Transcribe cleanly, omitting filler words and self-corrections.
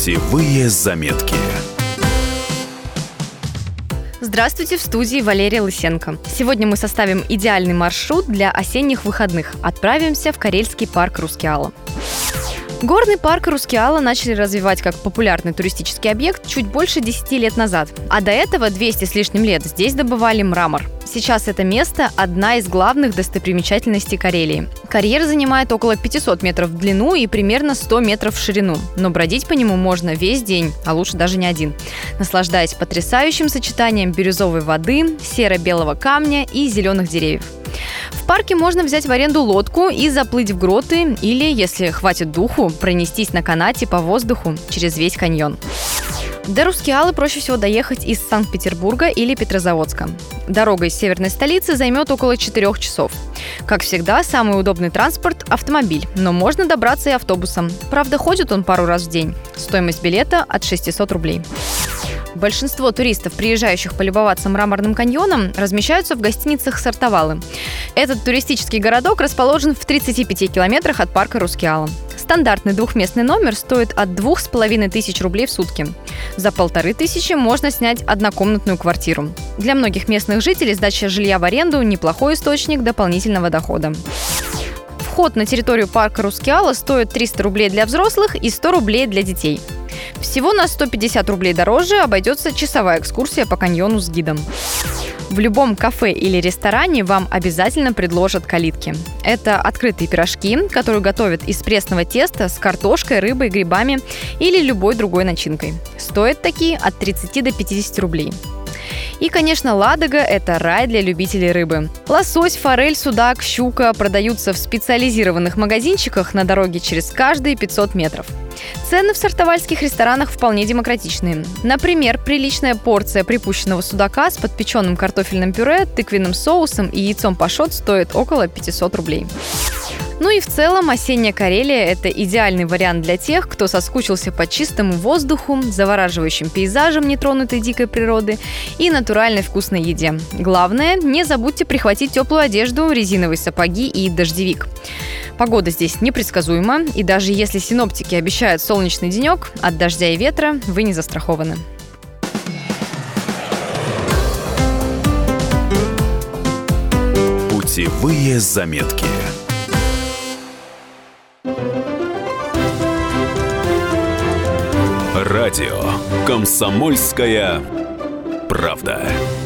Путевые заметки. Здравствуйте, в студии Валерия Лысенко. Сегодня мы составим идеальный маршрут для осенних выходных. Отправимся в Карельский парк Рускеала. Горный парк Рускеала начали развивать как популярный туристический объект чуть больше 10 лет назад. А до этого 200 с лишним лет здесь добывали мрамор. Сейчас это место – одна из главных достопримечательностей Карелии. Карьер занимает около 500 метров в длину и примерно 100 метров в ширину. Но бродить по нему можно весь день, а лучше даже не один, наслаждаясь потрясающим сочетанием бирюзовой воды, серо-белого камня и зеленых деревьев. В парке можно взять в аренду лодку и заплыть в гроты или, если хватит духу, пронестись на канате по воздуху через весь каньон. До Рускеалы проще всего доехать из Санкт-Петербурга или Петрозаводска. Дорога из северной столицы займет около 4 часов. Как всегда, самый удобный транспорт – автомобиль, но можно добраться и автобусом. Правда, ходит он пару раз в день. Стоимость билета от 600 рублей. Большинство туристов, приезжающих полюбоваться мраморным каньоном, размещаются в гостиницах «Сартовалы». Этот туристический городок расположен в 35 километрах от парка Рускеала. Стандартный двухместный номер стоит от 2500 рублей в сутки. За 1500 можно снять однокомнатную квартиру. Для многих местных жителей сдача жилья в аренду – неплохой источник дополнительного дохода. Вход на территорию парка Рускеала стоит 300 рублей для взрослых и 100 рублей для детей. Всего на 150 рублей дороже обойдется часовая экскурсия по каньону с гидом. В любом кафе или ресторане вам обязательно предложат калитки. Это открытые пирожки, которые готовят из пресного теста с картошкой, рыбой, грибами или любой другой начинкой. Стоят такие от 30 до 50 рублей. И, конечно, Ладога – это рай для любителей рыбы. Лосось, форель, судак, щука продаются в специализированных магазинчиках на дороге через каждые 500 метров. Цены в сартовальских ресторанах вполне демократичные. Например, приличная порция припущенного судака с подпеченным картофельным пюре, тыквенным соусом и яйцом пашот стоит около 500 рублей. Ну и в целом осенняя Карелия – это идеальный вариант для тех, кто соскучился по чистому воздуху, завораживающим пейзажам нетронутой дикой природы и натуральной вкусной еде. Главное, не забудьте прихватить теплую одежду, резиновые сапоги и дождевик. Погода здесь непредсказуема, и даже если синоптики обещают солнечный денек, от дождя и ветра вы не застрахованы. Путевые заметки. Радио «Комсомольская правда».